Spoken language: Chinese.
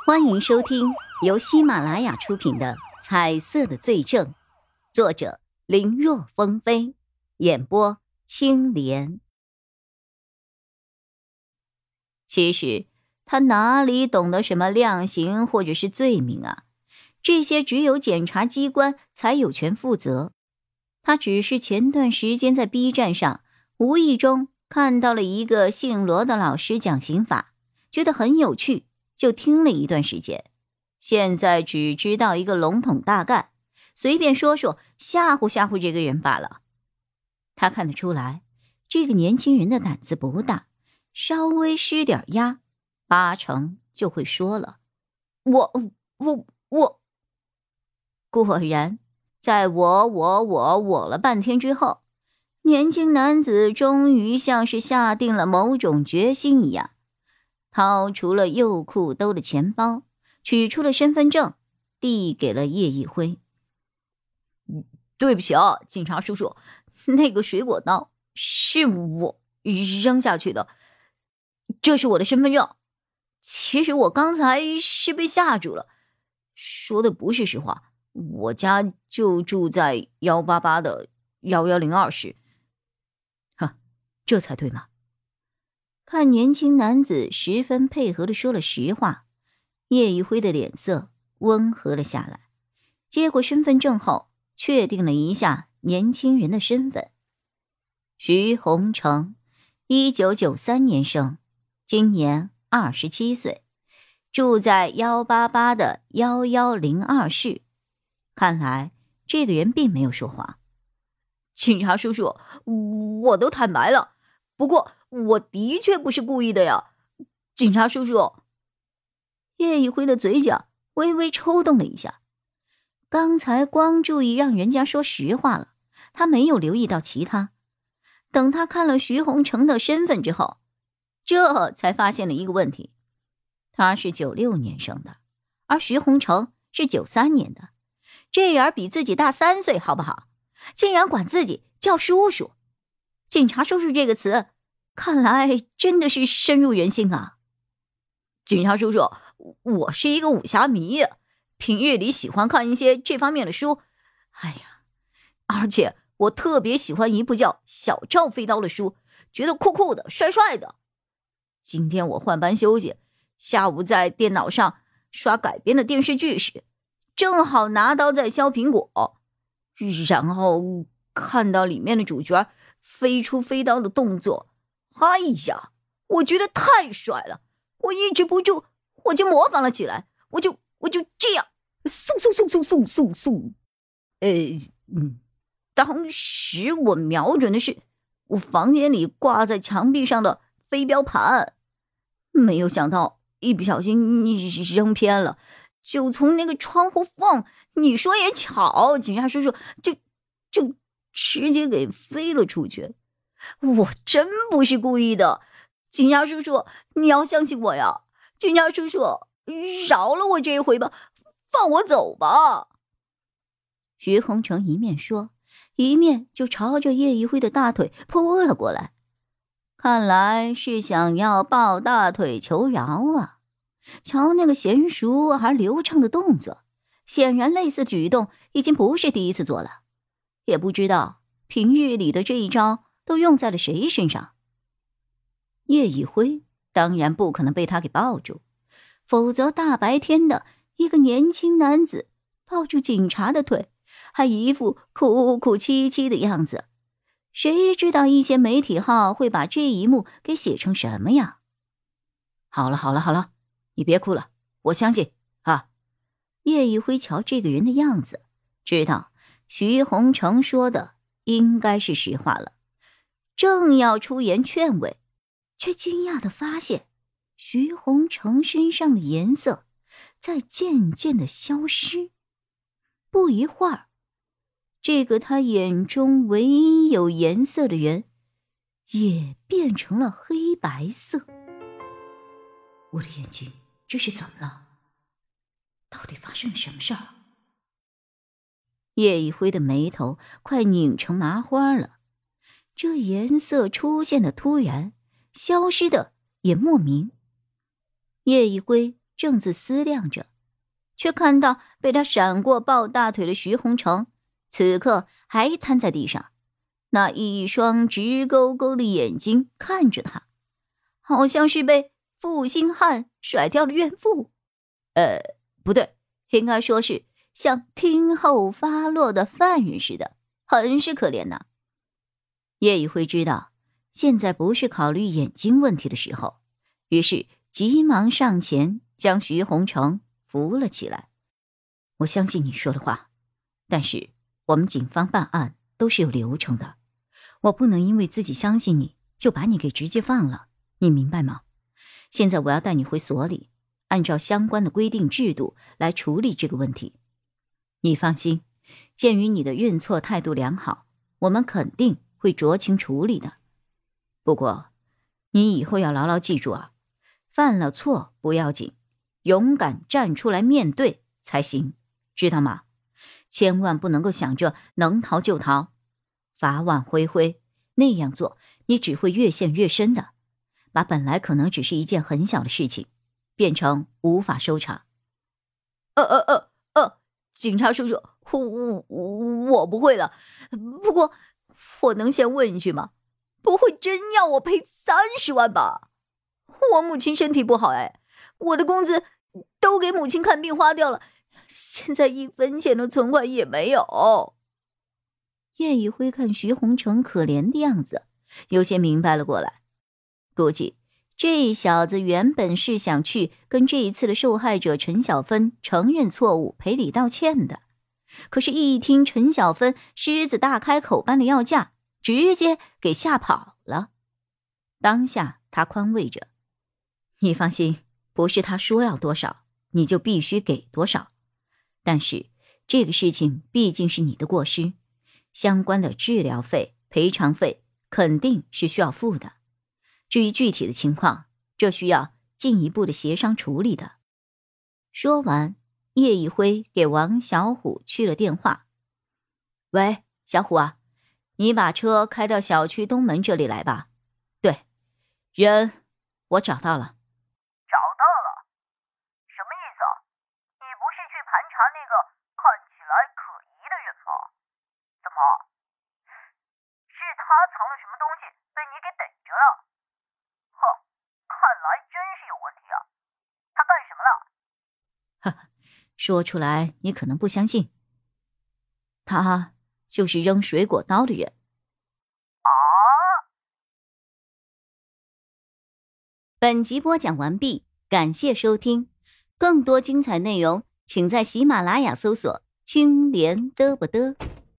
欢迎收听由喜马拉雅出品的《彩色的罪证》，作者林若风飞，演播青莲。其实他哪里懂得什么量刑或者是罪名啊？这些只有检察机关才有权负责。他只是前段时间在 B 站上无意中看到了一个姓罗的老师讲刑法，觉得很有趣，就听了一段时间。现在只知道一个笼统大概，随便说说吓唬吓唬这个人罢了。他看得出来，这个年轻人的胆子不大，稍微施点压，8成就会说了。我。果然，在我了半天之后，年轻男子终于像是下定了某种决心一样，掏出了右裤兜的钱包，取出了身份证，递给了叶一辉。对不起啊，警察叔叔，那个水果刀是我扔下去的，这是我的身份证。其实我刚才是被吓住了，说的不是实话。我家就住在188的1102室。这才对嘛。看年轻男子十分配合地说了实话，叶一辉的脸色温和了下来，接过身份证后确定了一下年轻人的身份。徐洪成，1993年生，今年27岁，住在188的1102室。看来这个人并没有说谎。警察叔叔，我都坦白了，不过我的确不是故意的呀，警察叔叔。叶一辉的嘴角微微抽动了一下，刚才光注意让人家说实话了，他没有留意到其他。等他看了徐洪成的身份之后，这才发现了一个问题，他是96年生的，而徐洪成是93年的，这人比自己大3岁，好不好？竟然管自己叫叔叔。警察叔叔这个词，看来真的是深入人心啊。警察叔叔，我是一个武侠迷，平日里喜欢看一些这方面的书。而且我特别喜欢一部叫《小赵飞刀》的书，觉得酷酷的，帅帅的。今天我换班休息，下午在电脑上刷改编的电视剧时，正好拿刀在削苹果，然后看到里面的主角飞出飞刀的动作，我觉得太帅了，我抑制不住，我就模仿了起来，我就这样嗖。当时我瞄准的是我房间里挂在墙壁上的飞镖盘，没有想到一不小心扔偏了，就从那个窗户缝，你说也巧，警察叔叔就直接给飞了出去。我真不是故意的，警察叔叔，你要相信我呀！警察叔叔，饶了我这一回吧，放我走吧。徐洪成一面说，一面就朝着叶一辉的大腿扑了过来，看来是想要抱大腿求饶啊。瞧那个娴熟而流畅的动作，显然类似举动已经不是第一次做了，也不知道平日里的这一招都用在了谁身上。叶一辉当然不可能被他给抱住，否则大白天的一个年轻男子抱住警察的腿，还一副哭哭戚戚的样子，谁知道一些媒体号会把这一幕给写成什么呀？好了，你别哭了，我相信啊。叶一辉瞧这个人的样子，知道徐洪成说的应该是实话了，正要出言劝慰，却惊讶地发现徐洪成身上的颜色在渐渐地消失。不一会儿，这个他眼中唯一有颜色的人也变成了黑白色。我的眼睛这是怎么了？到底发生了什么事儿？叶一辉的眉头快拧成麻花了，这颜色出现的突然，消失的也莫名。叶一辉正自思量着，却看到被他闪过抱大腿的徐洪成，此刻还瘫在地上，那一双直勾勾的眼睛看着他，好像是被负心汉甩掉了怨妇。不对，应该说是像听候发落的犯人似的，很是可怜呐。叶以辉知道现在不是考虑眼睛问题的时候，于是急忙上前将徐洪成扶了起来。我相信你说的话，但是我们警方办案都是有流程的，我不能因为自己相信你就把你给直接放了，你明白吗？现在我要带你回所里，按照相关的规定制度来处理这个问题。你放心，鉴于你的认错态度良好，我们肯定会酌情处理的。不过你以后要牢牢记住啊，犯了错不要紧，勇敢站出来面对才行，知道吗？千万不能够想着能逃就逃，法网恢恢，那样做你只会越陷越深的，把本来可能只是一件很小的事情变成无法收场。警察叔叔，我不会了。不过我能先问一句吗？不会真要我赔30万吧？我母亲身体不好，我的工资都给母亲看病花掉了，现在1分钱的存款也没有。叶以辉看徐洪成可怜的样子，有些明白了过来，估计这小子原本是想去跟这一次的受害者陈小芬承认错误赔礼道歉的，可是一听陈小芬狮子大开口般的要价，直接给吓跑了。当下他宽慰着，你放心，不是他说要多少你就必须给多少，但是这个事情毕竟是你的过失，相关的治疗费赔偿费肯定是需要付的，至于具体的情况，这需要进一步的协商处理的。说完，叶以辉给王小虎去了电话。喂，小虎啊，你把车开到小区东门这里来吧。对，人我找到了。 找到了？什么意思啊？你不是去盘查那个看起来可疑的人吗？怎么，是他藏了什么东西被你给逮着了？哼，看来真是有问题啊！他干什么了？ 哈哈，说出来你可能不相信，他就是扔水果刀的人。 啊！ 本集播讲完毕，感谢收听，更多精彩内容请在喜马拉雅搜索青莲嘚不嘚。